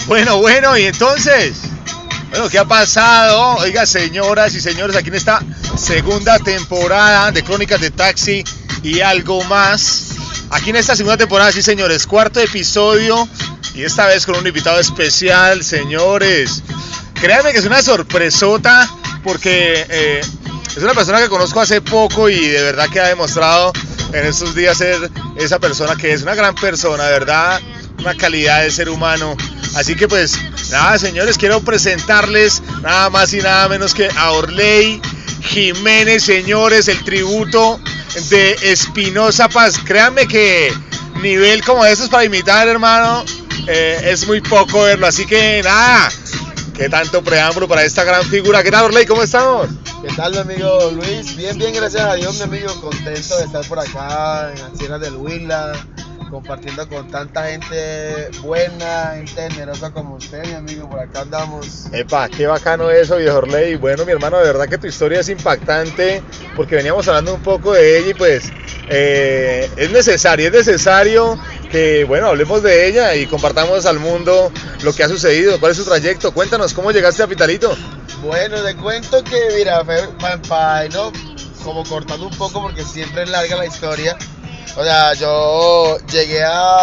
Bueno, y entonces, bueno, ¿qué ha pasado? Oiga, señoras y señores, aquí en esta segunda temporada de Crónicas de Taxi y algo más. Aquí en esta segunda temporada, sí, señores, cuarto episodio y esta vez con un invitado especial, señores. Créanme que es una sorpresota porque es una persona que conozco hace poco y de verdad que ha demostrado en estos días ser esa persona que es una gran persona, de verdad, una calidad de ser humano. Así que pues nada, señores, quiero presentarles nada más y nada menos que a Orley Jiménez, señores, el tributo de Espinoza Paz. Créanme que nivel como estos para imitar, hermano, es muy poco verlo. Así que nada, qué tanto preámbulo para esta gran figura. ¿Qué tal, Orley? ¿Cómo estamos? ¿Qué tal, mi amigo Luis? Bien, gracias a Dios, mi amigo. Contento de estar por acá en las tierras del Huila, compartiendo con tanta gente buena, gente generosa como usted, mi amigo. Por acá andamos. Epa, qué bacano eso, viejo Orley. Bueno, mi hermano, de verdad que tu historia es impactante, porque veníamos hablando un poco de ella y pues es necesario que, bueno, hablemos de ella y compartamos al mundo lo que ha sucedido. ¿Cuál es su trayecto? Cuéntanos, ¿cómo llegaste a Pitalito? Bueno, te cuento que, mira, ¿no? Como cortando un poco porque siempre es larga la historia. O sea, yo llegué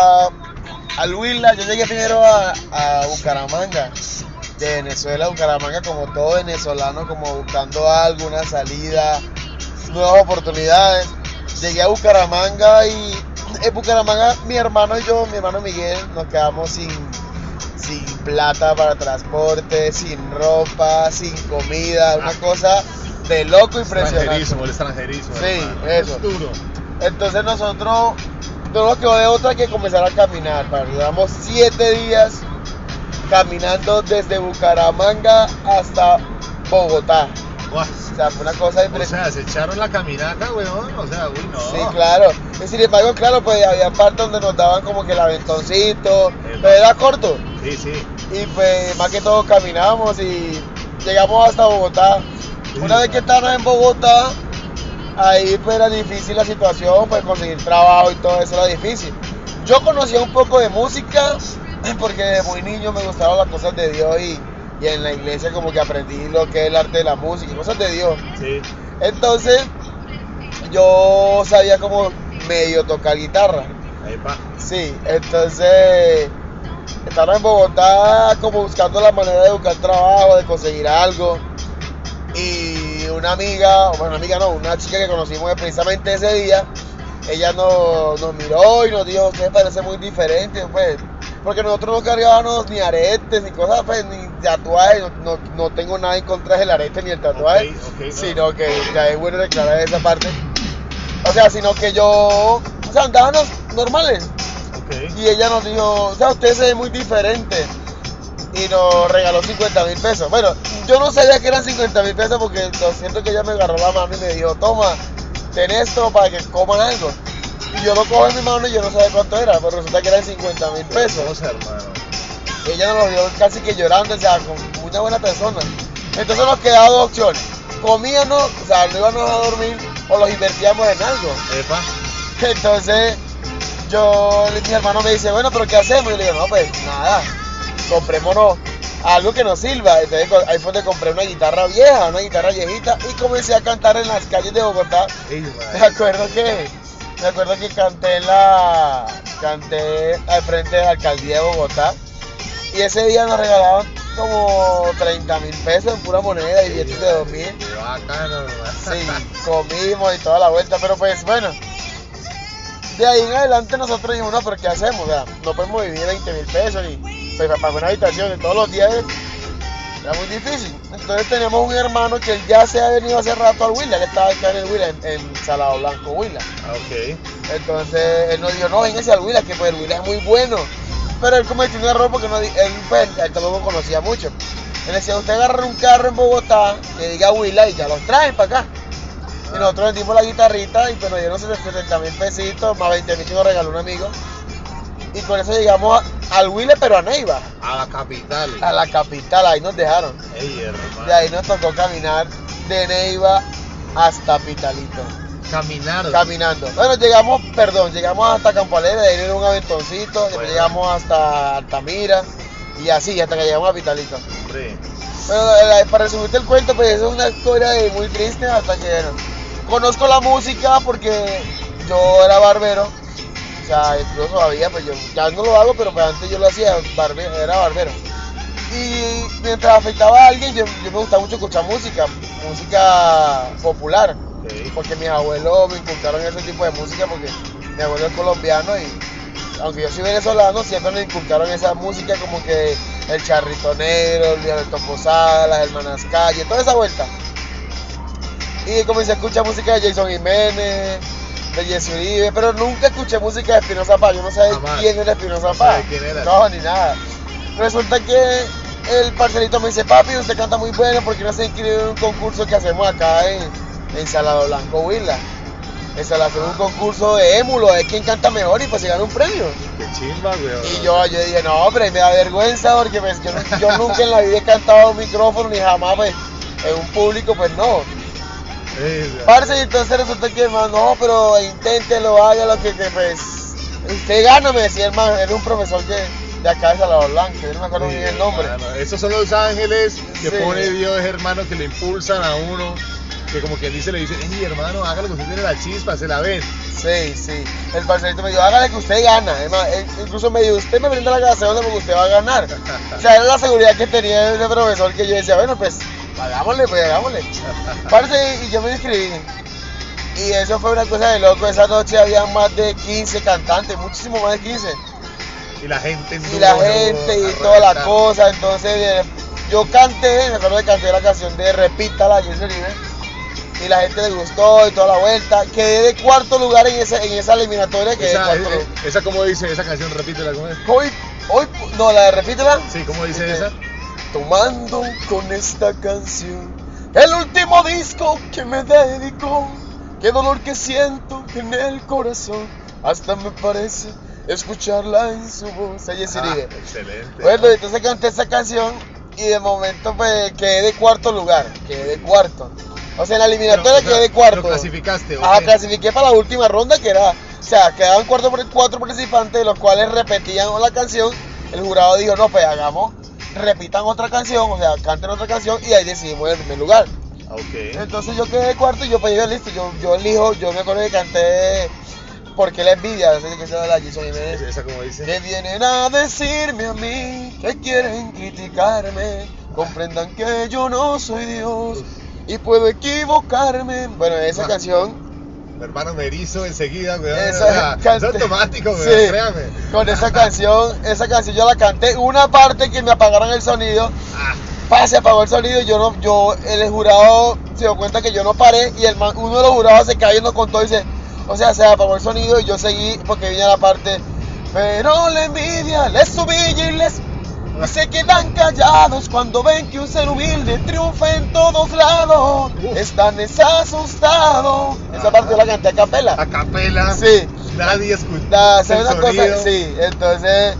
al Huila, yo llegué primero a Bucaramanga, de Venezuela a Bucaramanga, como todo venezolano, como buscando algo, una salida, nuevas oportunidades. Llegué a Bucaramanga y en Bucaramanga mi hermano Miguel, nos quedamos sin plata para transporte, sin ropa, sin comida, una cosa de loco impresionante. El extranjerismo. Sí, hermano. eso. Es duro. Entonces nosotros no nos quedó de otra que comenzar a caminar. Duramos 7 días caminando desde Bucaramanga hasta Bogotá. Wow. O sea, fue una cosa impresionante. O sea, se echaron la caminata, weón. O sea, uy, no. Sí, claro. Y sin embargo, claro, pues había partes donde nos daban como que el aventoncito, pero era corto. Sí. Y pues más que todo caminamos y llegamos hasta Bogotá. Una vez que estábamos en Bogotá, ahí pues era difícil la situación, pues conseguir trabajo y todo eso era difícil. Yo conocía un poco de música porque desde muy niño me gustaban las cosas de Dios y en la iglesia como que aprendí lo que es el arte de la música y cosas de Dios. Sí. Entonces yo sabía como medio tocar guitarra. Epa. Sí, entonces estaba en Bogotá como buscando la manera de buscar trabajo, de conseguir algo. Y una chica que conocimos precisamente ese día, ella nos miró y nos dijo, usted parece muy diferente, pues, porque nosotros no cargábamos ni aretes, ni cosas, pues, ni tatuajes, no tengo nada en contra del arete ni el tatuaje, Okay, sino que ya es bueno declarar esa parte. O sea, sino que yo, andábamos normales. Okay. Y ella nos dijo, usted se ve muy diferente. Y nos regaló 50,000 pesos. Bueno, yo no sabía que eran 50,000 pesos porque lo siento que ella me agarró la mano y me dijo, toma, ten esto para que coman algo. Y yo lo cojo en mi mano y yo no sabía cuánto era, pero resulta que eran 50,000 pesos. No sé, hermano. Ella nos lo dio casi que llorando, o sea, con una buena persona. Entonces nos quedaba dos opciones. Comíamos, o sea, no íbamos a dormir o los invertíamos en algo. Epa. Entonces mi hermano me dice, bueno, pero ¿qué hacemos? Y le digo, no, pues nada, comprémonos algo que nos sirva. Entonces ahí fue donde compré una guitarra viejita y comencé a cantar en las calles de Bogotá. Me acuerdo que canté al frente de la alcaldía de Bogotá y ese día nos regalaban como 30,000 pesos en pura moneda y billetes de 2,000. Qué bacano, hermano. Sí, comimos y toda la vuelta, pero pues bueno, de ahí en adelante nosotros dijimos, no, pero ¿qué hacemos? O sea, no podemos vivir 20,000 pesos ni pues, para una habitación de todos los días, era muy difícil. Entonces tenemos un hermano que él ya se ha venido hace rato al Huila, que estaba acá en el Huila, en Salado Blanco, Huila. Ok. Entonces él nos dijo, no, véngase al Huila, que pues el Huila es muy bueno. Pero él cometió un error porque él tampoco conocía mucho. Él decía, usted agarra un carro en Bogotá, que diga Huila y ya los traen para acá. Y nosotros vendimos la guitarrita y pues nos dieron 70,000 pesitos, más 20,000 que nos regaló un amigo. Y con eso llegamos al Huila, pero a Neiva. A la capital. A la capital, ahí nos dejaron. Ey, hermano. De ahí nos tocó caminar de Neiva hasta Pitalito. Caminando. Bueno, llegamos hasta Campo Alegre, de ahí era un aventoncito, después llegamos hasta Altamira Y así, hasta que llegamos a Vitalito. Hombre. Bueno, para resumirte el cuento, pues eso es una historia muy triste hasta que, bueno, conozco la música porque yo era barbero. O sea, incluso todavía, pues yo ya no lo hago, pero pues antes yo lo hacía, era barbero. Y mientras afectaba a alguien, yo me gustaba mucho escuchar música popular. Okay. Porque mis abuelos me inculcaron ese tipo de música, porque mi abuelo es colombiano y aunque yo soy venezolano, siempre me inculcaron esa música como que el Charrito Negro, el Alberto Posada, las Hermanas Calle, toda esa vuelta. Y comencé a escuchar música de Jason Jiménez, de Jesse Uribe, pero nunca escuché música de Espinoza Paz. Yo no sabía quién era Espinoza Paz. ¿Quién era? No, ni nada. Resulta que el parcerito me dice, papi, usted canta muy bueno, ¿por qué no se inscribe en un concurso que hacemos acá en Salado Blanco, Huila? Eso le hacemos un concurso de émulo, es quien canta mejor y pues se gana un premio. Qué chimba, weón. Y yo dije, no, hombre, me da vergüenza porque pues, yo nunca en la vida he cantado a un micrófono ni jamás pues, en un público, pues no. Parce, y entonces resulta que hermano, no, pero inténtelo, haga lo que pues usted gana, me decía hermano, era un profesor de acá de Salado Blanco, yo no me acuerdo bien el nombre. Esos son los ángeles que Sí. pone Dios, hermano, que le impulsan a uno, que como quien dice, le dice, hermano, hágalo que usted tiene la chispa, se la ven. Sí, sí, el parcerito me dijo, hágale que usted gana, además, incluso me dijo, usted me brinda la gaseosa porque usted va a ganar. O sea, era la seguridad que tenía ese profesor que yo decía, bueno, pues hagámosle, pues hagámosle. Parce, y yo me inscribí. Y eso fue una cosa de loco. Esa noche había más de 15 cantantes, muchísimo más de 15. Y la gente en Y la gente y toda la cosa. Entonces yo canté, me acuerdo que canté la canción de Repítala, Jesse Uribe. Y la gente le gustó y toda la vuelta. Quedé de cuarto lugar en esa eliminatoria. Quedé de cuarto lugar. Esa como dice, esa canción, repítela, ¿cómo es? No, la de Repítela. Sí, ¿cómo dice esa? Tomando con esta canción el último disco que me dedicó, qué dolor que siento en el corazón, hasta me parece escucharla en su voz. Jesse Uribe. Excelente. Bueno, entonces canté esa canción y de momento pues quedé de cuarto lugar, o sea en la eliminatoria quedé de cuarto. ¿Lo clasificaste? Clasifiqué para la última ronda que era, o sea, quedaban cuatro participantes de los cuales repetían la canción. El jurado dijo, no, pues repitan otra canción, o sea, canten otra canción y ahí decidimos el primer lugar. Okay. Entonces yo quedé de cuarto y yo pues listo, yo elijo, yo me acuerdo que canté Porque la envidia, no sé qué sea la Jason Jiménez. Esa como dice. Que vienen a decirme a mí, que quieren criticarme, comprendan que yo no soy Dios y puedo equivocarme. Bueno, esa canción. Mi hermano me erizo enseguida, weón. Es automático, weón, sí, créame. Con esa canción yo la canté. Una parte que me apagaron el sonido. Se apagó el sonido y el jurado se dio cuenta que yo no paré y uno de los jurados se cayó y nos contó y dice, o sea, se apagó el sonido y yo seguí porque vine a la parte, pero la envidia les humilla y se quedan callados cuando ven que un ser humilde triunfa en todos lados. Están asustados. Esa parte yo la canté a capela. A capela. Sí. Nadie escucha. Una cosa, sí. Entonces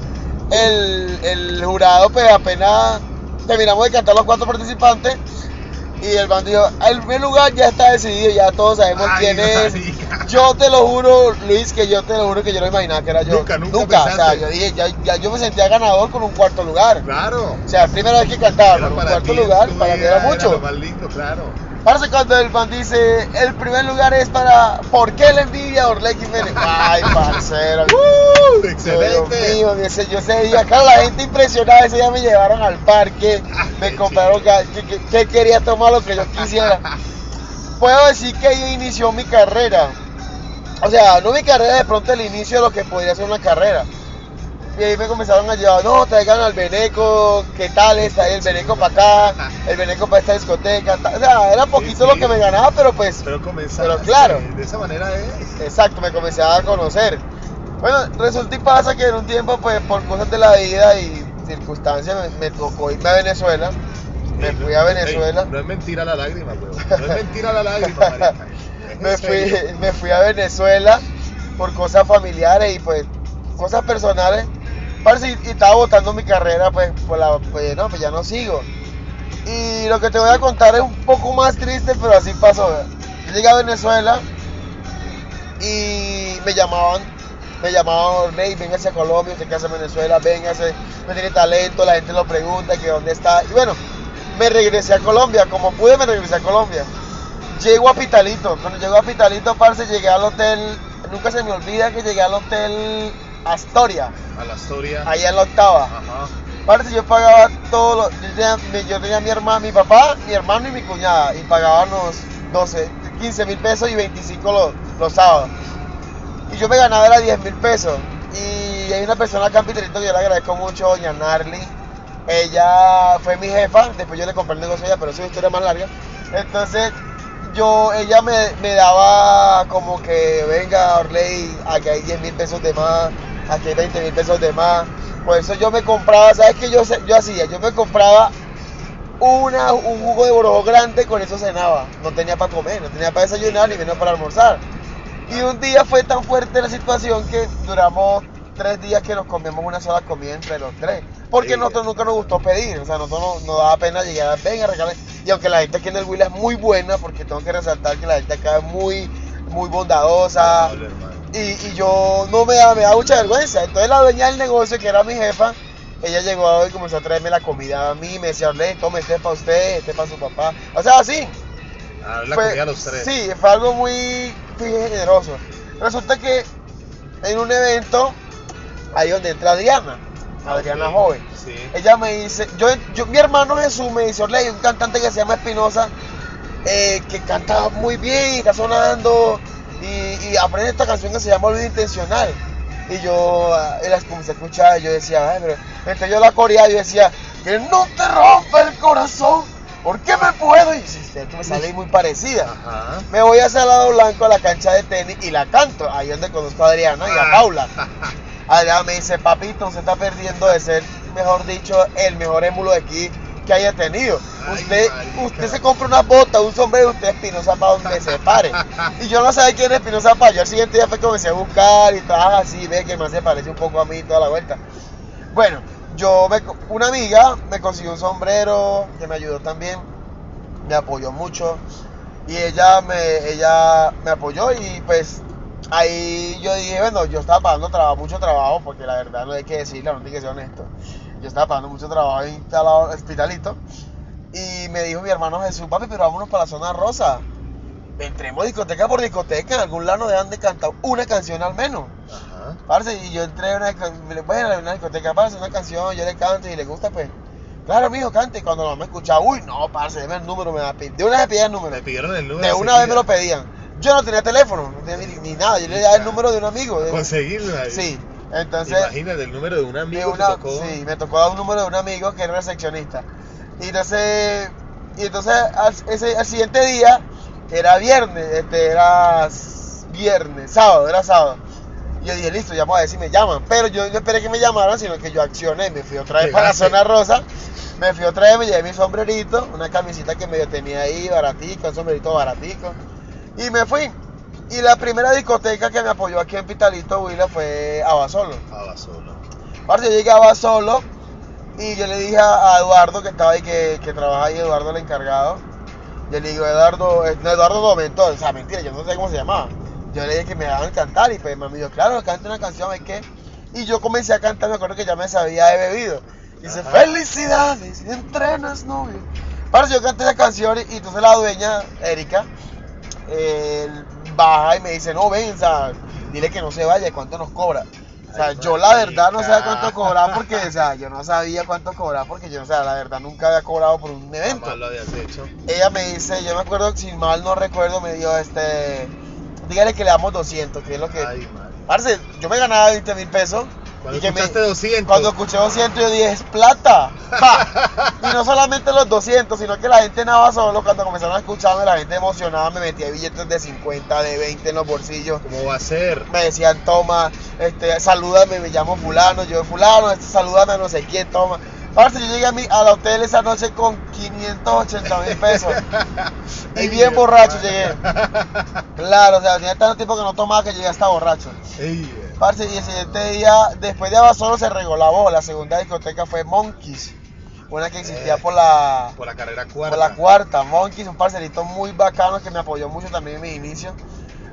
el jurado pues apenas terminamos de cantar los 4 participantes y el man dijo, el primer lugar ya está decidido, ya todos sabemos quién es. Yo te lo juro, Luis, que yo no imaginaba que era yo. Nunca. O sea, yo dije, ya yo me sentía ganador con un 4º lugar. Claro. O sea, primera vez que cantaba con un 4º lugar, para mí era mucho. Era lo más lindo, claro. Parece cuando el man dice, el primer lugar es para ¿por qué la envidia Orley Jiménez? Ay, parcero. Excelente. Dios mío, yo ese día, claro, la gente impresionada, ese día me llevaron al parque, me compraron que quería tomar lo que yo quisiera. Puedo decir que ahí inició mi carrera. O sea, no mi carrera, de pronto el inicio de lo que podría ser una carrera. Y ahí me comenzaron a llevar, no, traigan al Beneco, ¿qué tal está el Beneco para acá, el Beneco para esta discoteca? O sea, era poquito lo que me ganaba, pero pues... Pero claro. De esa manera es. Exacto, me comencé a dar a conocer. Bueno, resulta y pasa que en un tiempo, pues, por cosas de la vida y circunstancias, me tocó irme a Venezuela. Me fui a Venezuela. No es mentira la lágrima, weón. No es mentira la lágrima, marica. Me fui a Venezuela por cosas familiares y pues cosas personales. Parce, y estaba botando mi carrera, pues ya no sigo. Y lo que te voy a contar es un poco más triste, pero así pasó. Yo llegué a Venezuela y me llamaban me llamaban Orley, véngase a Colombia, usted que hace en Venezuela, véngase, no tiene talento, la gente lo pregunta que dónde está. Y bueno, me regresé a Colombia, como pude me regresé a Colombia. Llego a Pitalito, cuando llego a Pitalito, parce, llegué al hotel, nunca se me olvida que llegué al hotel Astoria. A la Astoria. Allá en la octava. Ajá. Parce, yo pagaba todo, yo tenía mi hermano, mi papá, mi hermano y mi cuñada, y pagábamos 15 mil pesos y 25 los sábados. Y yo me ganaba era 10 mil pesos. Y hay una persona acá en Pitalito que yo le agradezco mucho, doña Narly. Ella fue mi jefa, después yo le compré el negocio a ella, pero es una historia más larga. Entonces, ella me daba como que, venga Orley, aquí hay 10 mil pesos de más, aquí hay 20 mil pesos de más. Por eso yo me compraba, ¿sabes qué yo hacía? Yo me compraba un jugo de borojo grande, con eso cenaba. No tenía para comer, no tenía para desayunar ni menos para almorzar. Y un día fue tan fuerte la situación que duramos 3 días que nos comíamos una sola comida entre los 3. Porque nosotros nunca nos gustó pedir, o sea, nosotros nos daba pena llegar, venga, regalen. Y aunque la gente aquí en el Huila es muy buena, porque tengo que resaltar que la gente acá es muy bondadosa. Y yo no me da mucha vergüenza. Entonces la dueña del negocio, que era mi jefa, ella llegó y comenzó a traerme la comida a mí, me decía, Orley, tome, este es para usted, este es para su papá. O sea, así. La comida a los 3. Sí, fue algo muy generoso. Resulta que en un evento, ahí donde entra Adriana joven. Sí. Ella me dice, mi hermano Jesús me dice, Orley, un cantante que se llama Espinosa, que canta muy bien, está sonando, y aprende esta canción que se llama Olvido Intencional. Y yo, comencé a escuchar, y yo decía, pero entonces yo la coreaba, yo decía, que no te rompa el corazón, ¿por qué me puedo? Y esto me sale muy parecida. Ajá. Me voy hacia el lado blanco a la cancha de tenis y la canto, ahí donde conozco a Adriana y a Paula. Adriana me dice, papito, usted está perdiendo de ser, mejor dicho, el mejor émulo de aquí que haya tenido. Usted se compra una bota, un sombrero, usted es Espinosa para donde se pare. Y yo no sabía quién era Espinosa para. Yo al siguiente día fue que comencé a buscar y todo así, ve que más se parece un poco a mí toda la vuelta. Bueno, una amiga me consiguió un sombrero que me ayudó también, me apoyó mucho. Y ella me apoyó y pues ahí yo dije, bueno, yo estaba pagando mucho trabajo, porque la verdad no hay que decirlo, no hay que ser honesto. Yo estaba pagando mucho trabajo instalado en Hospitalito. Y me dijo mi hermano Jesús, papi, pero vámonos para la zona rosa. Entremos discoteca por discoteca, en algún lado nos dejan de cantar una canción al menos. Ajá. Parce, y yo entré a una discoteca, parce, una canción, yo le canto y le gusta, pues. Claro, mijo, cante. Y cuando no me escuchaba, uy, no, parce, deme el número, me va a pedir. De una vez me pedían el número. Me pidieron el número. De una vez me lo pedían. Yo no tenía teléfono, no tenía ni nada, yo le daba el número de un amigo. ¿Conseguirlo ahí? Sí. Entonces, imagínate, el número de un amigo te tocó. Sí, me tocó dar un número de un amigo que era recepcionista. Y entonces al siguiente día era viernes, era sábado. Y yo dije, listo, ya vamos a ver si me llaman. Pero yo no esperé que me llamaran, sino que yo accioné, me fui otra vez para la zona rosa. Me llevé mi sombrerito, una camisita que medio tenía ahí, baratico, un sombrerito baratico. Y me fui. Y la primera discoteca que me apoyó aquí en Pitalito, Huila, fue Abasolo. Parce, yo llegué a Abasolo y yo le dije a Eduardo, que estaba ahí, que trabaja ahí, Eduardo el encargado. Yo le digo, Eduardo no, Mentón, o sea, mentira, yo no sé cómo se llamaba. Yo le dije que me dejaban cantar y pues me dijo, claro, canta una canción, ¿hay qué? Y yo comencé a cantar, me acuerdo que ya me sabía de bebido. Dice, felicidades, entrenas novio. Parce, yo canté esa canción y entonces la dueña, Erika, baja y me dice, no, ven, o sea, dile que no se vaya, ¿cuánto nos cobra? O sea, yo la verdad no sabía cuánto cobraba porque, o sea, yo no sabía cuánto cobraba porque yo, o sea, la verdad nunca había cobrado por un evento. Jamás lo habías hecho. Ella me dice, yo me acuerdo, si mal no recuerdo, me dio dígale que le damos 200, que es lo que... Ay, madre. Parce, yo me ganaba 20 mil pesos. Cuando escuchaste 200. Cuando escuché 200 yo dije, es plata. ¡Ja! Y no solamente los 200, sino que la gente en Abasolo, cuando comenzaron a escucharme, la gente emocionada me metía billetes de 50, de 20 en los bolsillos. ¿Cómo va a ser? Me decían, toma, salúdame, me llamo fulano, yo fulano, salúdame a no sé quién, toma. Parce, yo llegué al hotel esa noche con 580 mil pesos. Y bien borracho llegué. Claro, o sea, tenía tanto tiempo que no tomaba que llegué hasta borracho. Parce, y el siguiente día, después de Abasolo se regó la voz. La segunda discoteca fue Monkeys, una que existía por la carrera cuarta. Por la cuarta, Monkeys, un parcerito muy bacano que me apoyó mucho también en mis inicios.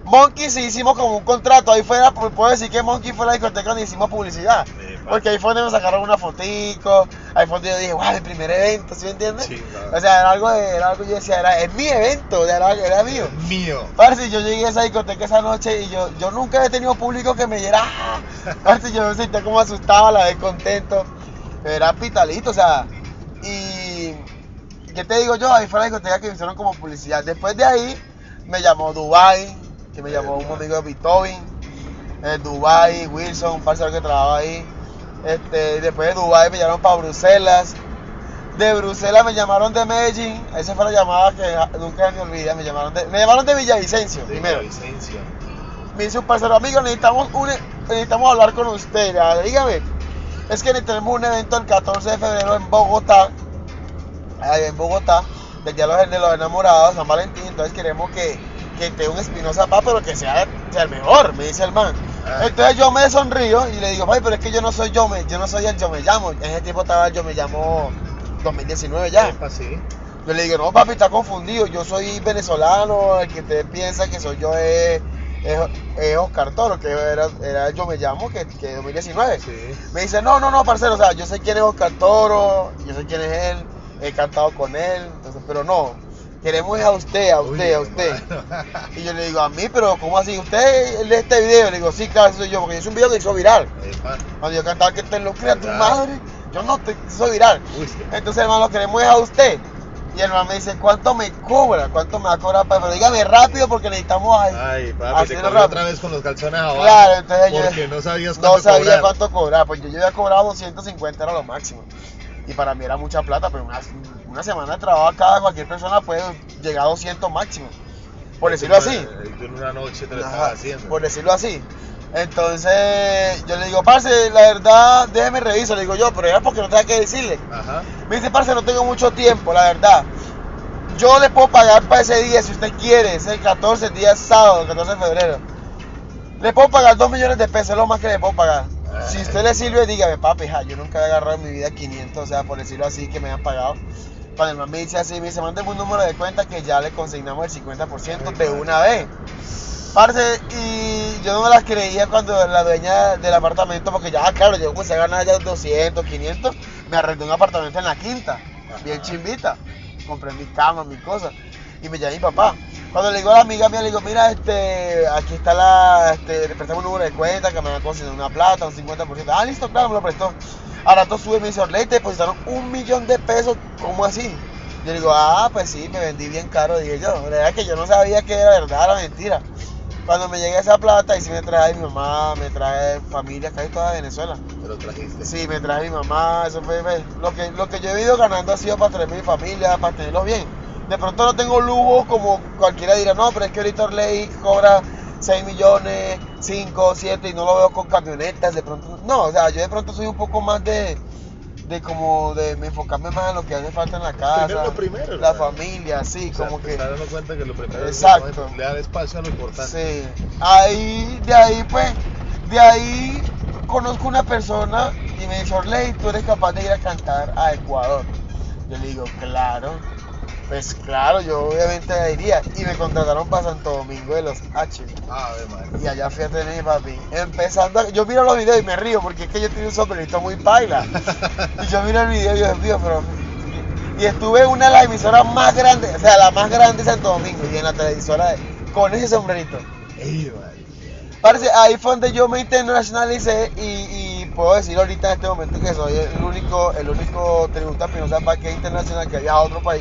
Monkey sí hicimos como un contrato, ahí fuera, puedo decir que Monkey fue la discoteca donde hicimos publicidad. Porque ahí fue donde me sacaron una fotico, ahí fue donde yo dije, wow, el primer evento, ¿sí me entiendes? Sí, claro. O sea, era algo yo decía, es mi evento, era mío. Mío. Parce, yo llegué a esa discoteca esa noche y yo nunca he tenido público que me diera, parce, yo me sentía como asustado, a la vez contento. Era pitalito, o sea, y ¿qué te digo yo? Ahí fue la discoteca que me hicieron como publicidad. Después de ahí me llamó Dubai, que me llamó un amigo de Beethoven, Dubai, Wilson, un parcero que trabajaba ahí. Después de Dubai me llamaron para Bruselas. De Bruselas me llamaron de Medellín. Esa fue la llamada que nunca me olvida. Me llamaron de Villavicencio primero. Villavicencio. Me dice un parcero, amigo, necesitamos hablar con usted. Dígame, es que tenemos un evento el 14 de febrero en Bogotá. Ahí en Bogotá, del Día de los Enamorados, San Valentín. Entonces queremos que esté un Espinosa Paz, pero que sea el mejor, me dice el man. Entonces yo me sonrío y le digo, ay, pero es que yo no soy el Yo Me Llamo. En ese tiempo estaba el Yo Me Llamo 2019 ya. Sí. Yo le digo, no, papi, está confundido. Yo soy venezolano, el que usted piensa que soy yo es Oscar Toro, que era el Yo Me Llamo que 2019. Sí. Me dice, no, parcero, o sea, yo sé quién es Oscar Toro, yo sé quién es él, he cantado con él, entonces, pero no, queremos a usted. Y yo le digo, a mí, pero ¿cómo así? ¿Usted lee este video? Le digo, sí, claro, soy yo, porque yo hice un video que hizo viral. Cuando yo cantaba que te lo crea tu madre, yo no te hizo viral. Entonces, hermano, lo queremos a usted. Y el man me dice, ¿cuánto me cobra? ¿Cuánto me va a cobrar? Pero dígame rápido porque necesitamos Ay, papi, te cobró otra vez con los calzones abajo. Claro, entonces porque no sabías cuánto cobrar. Pues yo había cobrado 250, era lo máximo. Y para mí era mucha plata, pero una semana de trabajo acá, cualquier persona puede llegar a 200 máximo. Por decirlo así. Tú en una noche te lo estabas haciendo. Por decirlo así. Entonces yo le digo, parce, la verdad, déjeme revisar. Le digo yo, pero era porque no tenía que decirle. Ajá. Me dice, parce, no tengo mucho tiempo, la verdad. Yo le puedo pagar para ese día, si usted quiere. Es el 14, el día sábado, el 14 de febrero. Le puedo pagar 2 millones de pesos, es lo más que le puedo pagar. Si usted le sirve, dígame, papi, yo nunca he agarrado en mi vida 500, o sea, por decirlo así, que me han pagado. Cuando el man me dice así, me dice, mándeme un número de cuenta que ya le consignamos el 50% de una vez. Parce, y yo no me las creía cuando la dueña del apartamento, porque ya, claro, yo comencé a ganar ya 200, 500, me arrendé un apartamento en la quinta, bien chimbita, compré mi cama, mis cosas, y me llamé mi papá. Cuando le digo a la amiga mía, le digo, mira, aquí está le prestamos un número de cuenta que me van a consignar una plata, un 50%. Ah, listo, claro, me lo prestó. Ahora tú sube y me dice, Orley, te depositaron 1 millón de pesos, ¿cómo así? Yo le digo, pues sí, me vendí bien caro, dije yo. La verdad es que yo no sabía que era verdad, era mentira. Cuando me llegue esa plata, y sí me trae mi mamá, me trae familia, casi toda de Venezuela. ¿Te lo trajiste? Sí, me trae mi mamá, eso fue, lo que yo he ido ganando ha sido para traer mi familia, para tenerlos bien. De pronto no tengo lujo como cualquiera dirá, no, pero es que ahorita Orley cobra 6 millones, 5, 7 y no lo veo con camionetas, de pronto, no, o sea, yo de pronto soy un poco más de enfocarme más en lo que hace falta en la casa, lo primero, la familia, sí, o sea, como te que... estás dando cuenta que lo primero Exacto. es le dar espacio a lo importante. Sí, de ahí conozco una persona y me dice, Orley, tú eres capaz de ir a cantar a Ecuador. Yo le digo, claro. Pues claro, yo obviamente iría. Y me contrataron para Santo Domingo de los H. Y allá fui a tener mi papi. Yo miro los videos y me río porque es que yo tengo un sombrerito muy paila. Y yo miro el video y Dios mío, pero... Y estuve en una de las emisoras más grandes, o sea, la más grande de Santo Domingo. Y en la televisora con ese sombrerito. Parece, ahí fue donde yo me internacionalicé y puedo decir ahorita en este momento que soy el único tributo a Espinosa Paz que es internacional, que ha viajado a otro país.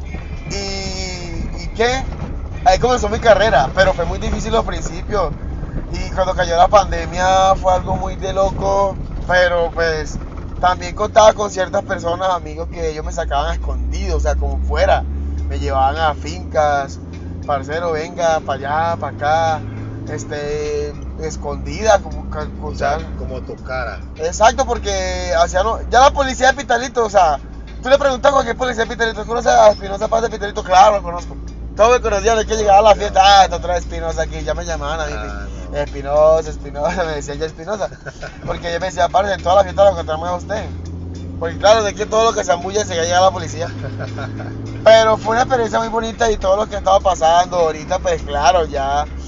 Y que ahí comenzó mi carrera, pero fue muy difícil los principios. Y cuando cayó la pandemia fue algo muy de loco, pero pues también contaba con ciertas personas, amigos, que ellos me sacaban a escondido, o sea, como fuera. Me llevaban a fincas, parcero, venga, para allá, para acá, escondida, como tocara. Exacto, porque ya la policía de Pitalito, o sea, tú le preguntas a cualquier policía de Pitalito, ¿conoces a Espinosa Paz de Pitalito? Claro, lo conozco. Todos me conocían, es que llegaba a la fiesta, esta otra Espinosa aquí, ya me llamaban a mí. No. Espinosa, me decían ya Espinosa. Porque yo me decía, parce, en toda la fiesta lo encontramos a usted. Porque claro, de que todo lo que se ambulla se llega a la policía. Pero fue una experiencia muy bonita y todo lo que estaba pasando ahorita, pues claro, ya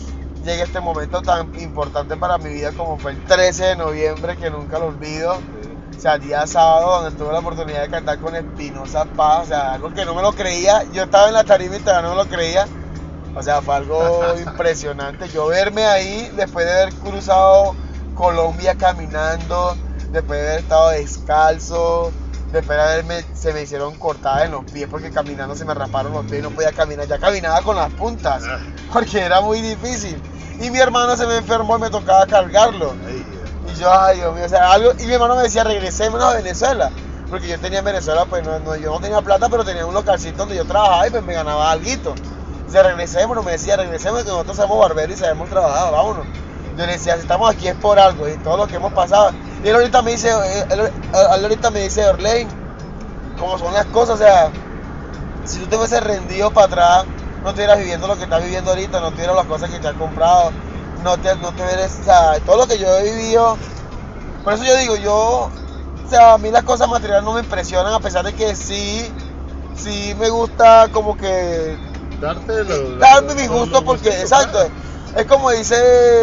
llegue este momento tan importante para mi vida como fue el 13 de noviembre, que nunca lo olvido. O sea, día sábado, donde tuve la oportunidad de cantar con Espinoza Paz, o sea, algo que no me lo creía. Yo estaba en la tarima y todavía no me lo creía. O sea, fue algo impresionante. Yo verme ahí, después de haber cruzado Colombia caminando, después de haber estado descalzo, después de se me hicieron cortadas en los pies porque caminando se me rasparon los pies y no podía caminar. Ya caminaba con las puntas, porque era muy difícil. Y mi hermano se me enfermó y me tocaba cargarlo. Y yo, ay Dios mío, o sea, algo, y mi hermano me decía, regresémonos a Venezuela, porque yo tenía en Venezuela, pues yo no tenía plata, pero tenía un localcito donde yo trabajaba y pues me ganaba alguito. Dice, regresémonos, me decía, regresemos, que nosotros somos barberos y sabemos trabajar, vámonos. Yo le decía, si estamos aquí es por algo, y todo lo que hemos pasado. Y él ahorita me dice, Orley, cómo son las cosas, o sea, si tú te hubieses rendido para atrás, no estuvieras viviendo lo que estás viviendo ahorita, no tuvieras las cosas que te has comprado, no te hubieras, o sea, todo lo que yo he vivido. Por eso yo digo, o sea, a mí las cosas materiales no me impresionan, a pesar de que sí me gusta como que darte mi gusto, porque, exacto, es como dice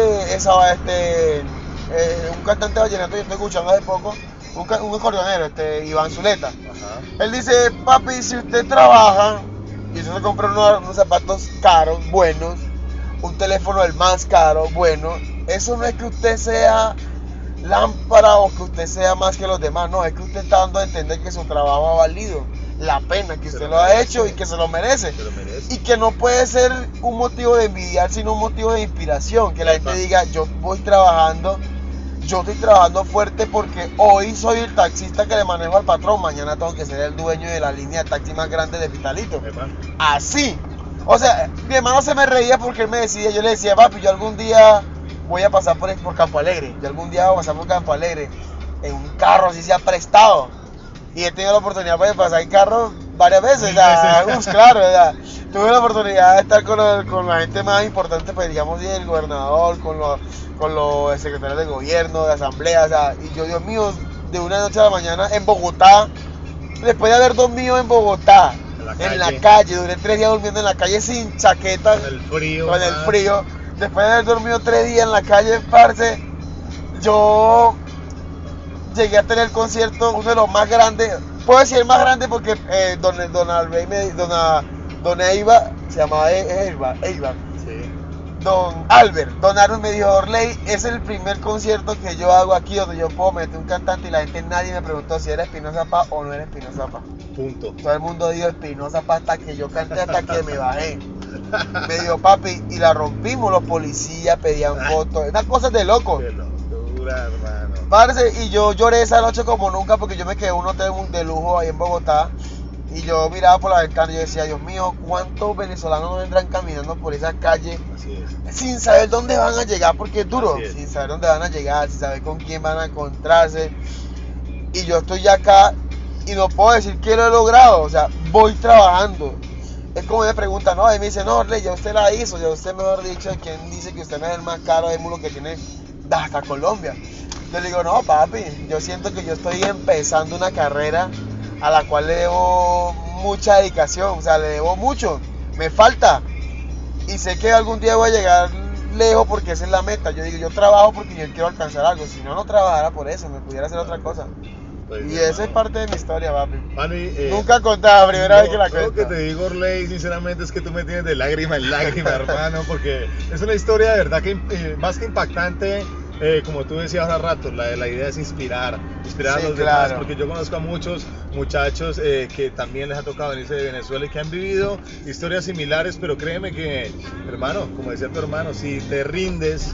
un cantante vallenato, yo estoy escuchando hace poco, un acordeonero, Iván Zuleta. Él dice, papi, si usted trabaja y usted se compra unos zapatos caros, buenos, un teléfono el más caro, bueno, eso no es que usted sea lámpara o que usted sea más que los demás, no, es que usted está dando a entender que su trabajo ha valido la pena, que usted lo ha hecho y que se lo merece. Y que no puede ser un motivo de envidiar, sino un motivo de inspiración, que la gente diga, yo estoy trabajando fuerte porque hoy soy el taxista que le manejo al patrón, mañana tengo que ser el dueño de la línea de taxi más grande de Vitalito. Así. O sea, mi hermano se me reía porque él me decía, yo le decía, papi, yo algún día voy a pasar por Campo Alegre, yo algún día voy a pasar por Campo Alegre en un carro así sea prestado. Y he tenido la oportunidad de pasar en carro varias veces, o sea, claro, o sea, tuve la oportunidad de estar con la gente más importante, pues digamos, el gobernador, con los secretarios de gobierno, de asamblea, o sea, y yo, Dios mío, de una noche a la mañana en Bogotá, después de haber dormido en Bogotá, en la calle, duré 3 días durmiendo en la calle sin chaqueta, con el frío, después de haber dormido 3 días en la calle, parce, yo llegué a tener el concierto, uno de los más grandes, puedo decir el más grande porque don Eibar, se llamaba Eibar, sí. Don Albert me dijo, Orley, es el primer concierto que yo hago aquí donde yo puedo meter un cantante y la gente, nadie me preguntó si era Espinoza Paz o no era Espinoza Paz. Punto. Todo el mundo dijo Espinoza Paz hasta que yo canté, hasta que me bajé. Me dijo, papi, y la rompimos, los policías pedían fotos, unas cosas de loco. Qué locura, hermano. Parce, y yo lloré esa noche como nunca porque yo me quedé en un hotel de lujo ahí en Bogotá y yo miraba por la ventana y yo decía, Dios mío, ¿cuántos venezolanos vendrán caminando por esa calle sin saber dónde van a llegar? Porque es duro, sin saber dónde van a llegar, sin saber con quién van a encontrarse. Y yo estoy acá y no puedo decir que lo he logrado, o sea, voy trabajando. Es como me preguntan, no, y me dice, no, Orley, ya usted la hizo, ya usted mejor dicho, ¿quién dice que usted no es el más caro de mulo que tiene hasta Colombia? Yo le digo, no, papi, yo siento que yo estoy empezando una carrera a la cual le debo mucha dedicación, o sea, le debo mucho, me falta. Y sé que algún día voy a llegar lejos porque esa es la meta. Yo digo, yo trabajo porque yo quiero alcanzar algo, si no, no trabajara por eso, me pudiera hacer otra cosa. Pues y esa es parte de mi historia, papi. Nunca contaba, primera vez que la cuento. Lo que te digo, Orley, sinceramente, es que tú me tienes de lágrima en lágrima, hermano, porque es una historia de verdad que más que impactante. Como tú decías hace rato, la idea es inspirar a los demás, porque yo conozco a muchos muchachos que también les ha tocado venirse de Venezuela y que han vivido historias similares, pero créeme que, hermano, como decía tu hermano, si te rindes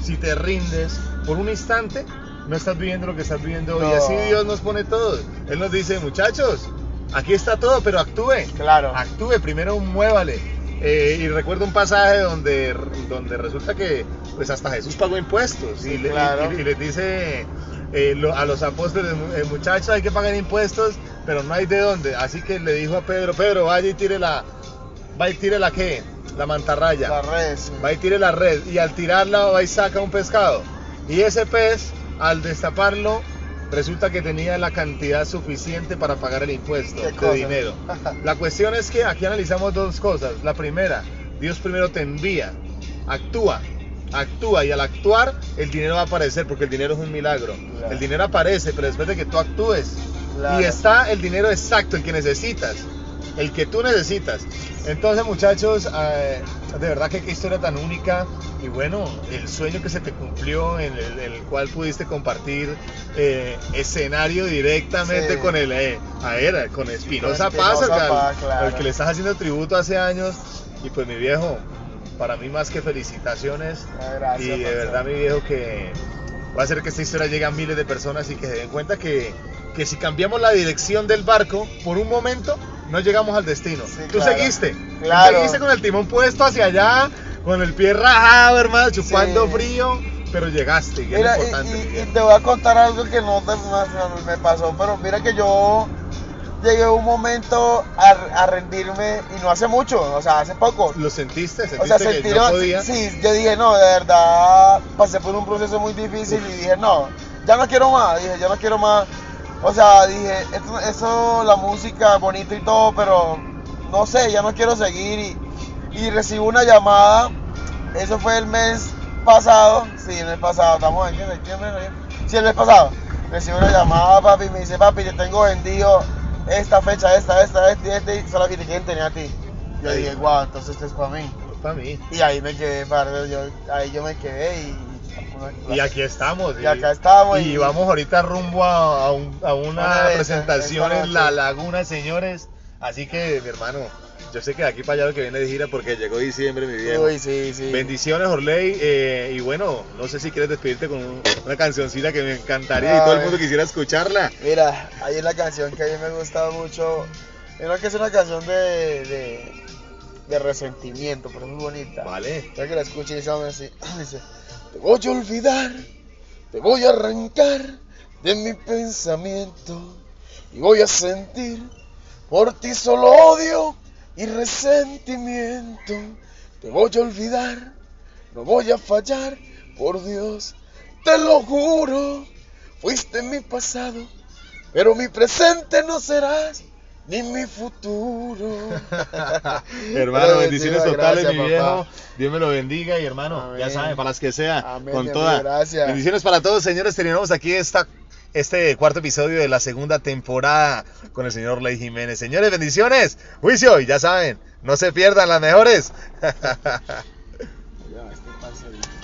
por un instante, no estás viviendo lo que estás viviendo hoy. Así Dios nos pone todos. Él nos dice, muchachos, aquí está todo, pero actúe. Actúe, primero muévale. Y recuerdo un pasaje donde resulta que pues hasta Jesús pagó impuestos y les dice a los apóstoles, muchachos, hay que pagar impuestos, pero no hay de dónde. Así que le dijo a Pedro, vaya y tire la ¿qué? La mantarraya. La red. Sí. Va y tire la red y al tirarla va y saca un pescado. Y ese pez, al destaparlo, resulta que tenía la cantidad suficiente para pagar el impuesto de dinero. La cuestión es que aquí analizamos dos cosas. La primera, Dios primero te envía, actúa, actúa, y al actuar el dinero va a aparecer, porque el dinero es un milagro. Claro. El dinero aparece, pero después de que tú actúes. Claro. Y está el dinero exacto, el que necesitas, el que tú necesitas. Entonces, muchachos, de verdad que qué historia tan única. Y bueno, el sueño que se te cumplió, en el cual pudiste compartir escenario directamente Sí. con con Espinosa Con Paz, Espinosa Paz, claro. al que le estás haciendo tributo hace años. Y pues mi viejo, para mí más que felicitaciones. Gracias, Y de parcero. verdad, mi viejo, que va a hacer que esta historia llegue a miles de personas y que se den cuenta que si cambiamos la dirección del barco por un momento, no llegamos al destino. Sí, Tú claro. seguiste, Claro. tú seguiste con el timón puesto hacia allá, con el pie rajado, hermano, chupando Sí. frío, pero llegaste, que Mira, es lo importante. y te voy a contar algo que no me pasó, pero mira que yo llegué a un momento a rendirme, y no hace mucho, o sea, hace poco. ¿Lo sentiste? O sea, ¿Sentiste sentí, que no podía? sí, yo dije, no, de verdad, pasé por un proceso muy difícil y dije, no, ya no quiero más, ya no quiero más. O sea, dije, eso, la música bonita y todo, pero no sé, ya no quiero seguir. Y recibo una llamada, eso fue el mes pasado, sí, el mes pasado, estamos en septiembre, sí, el mes pasado. Recibo una llamada, papi, y me dice, papi, te tengo vendido esta fecha, esta, y solo que te quieren tener a ti. Yo dije, wow, entonces esto es para mí. Para mí. Y ahí me quedé, parce, ahí yo me quedé Y aquí estamos. Y acá estamos. Y vamos ahorita rumbo a una Una vez, presentación esta en La noche. Laguna, señores. Así que, mi hermano, yo sé que de aquí para allá lo que viene de gira, porque llegó diciembre, mi viejo. Uy, sí, sí. Bendiciones, Orley. Y bueno, no sé si quieres despedirte con una cancioncita que me encantaría y todo el Ay. mundo quisiera escucharla. Mira, hay una canción que a mí me gusta mucho. Mira que es una canción de resentimiento, pero es muy bonita. Vale. Ya que la escuché y dice así, dice, te voy a olvidar, te voy a arrancar de mi pensamiento y voy a sentir por ti solo odio y resentimiento. Te voy a olvidar, no voy a fallar, por Dios, te lo juro. Fuiste mi pasado, pero mi presente no serás, ni mi futuro. Hermano, Pero bendiciones bendiga, totales, gracias, mi papá. viejo. Dios me lo bendiga y hermano, Amén. ya saben, para las que sea, Amén, con Dios toda. mío, gracias. Bendiciones para todos, señores. Terminamos aquí este cuarto episodio de la segunda temporada con el señor Ley Jiménez. Señores, bendiciones. Juicio, y ya saben, no se pierdan las mejores. Ya, este parcerito.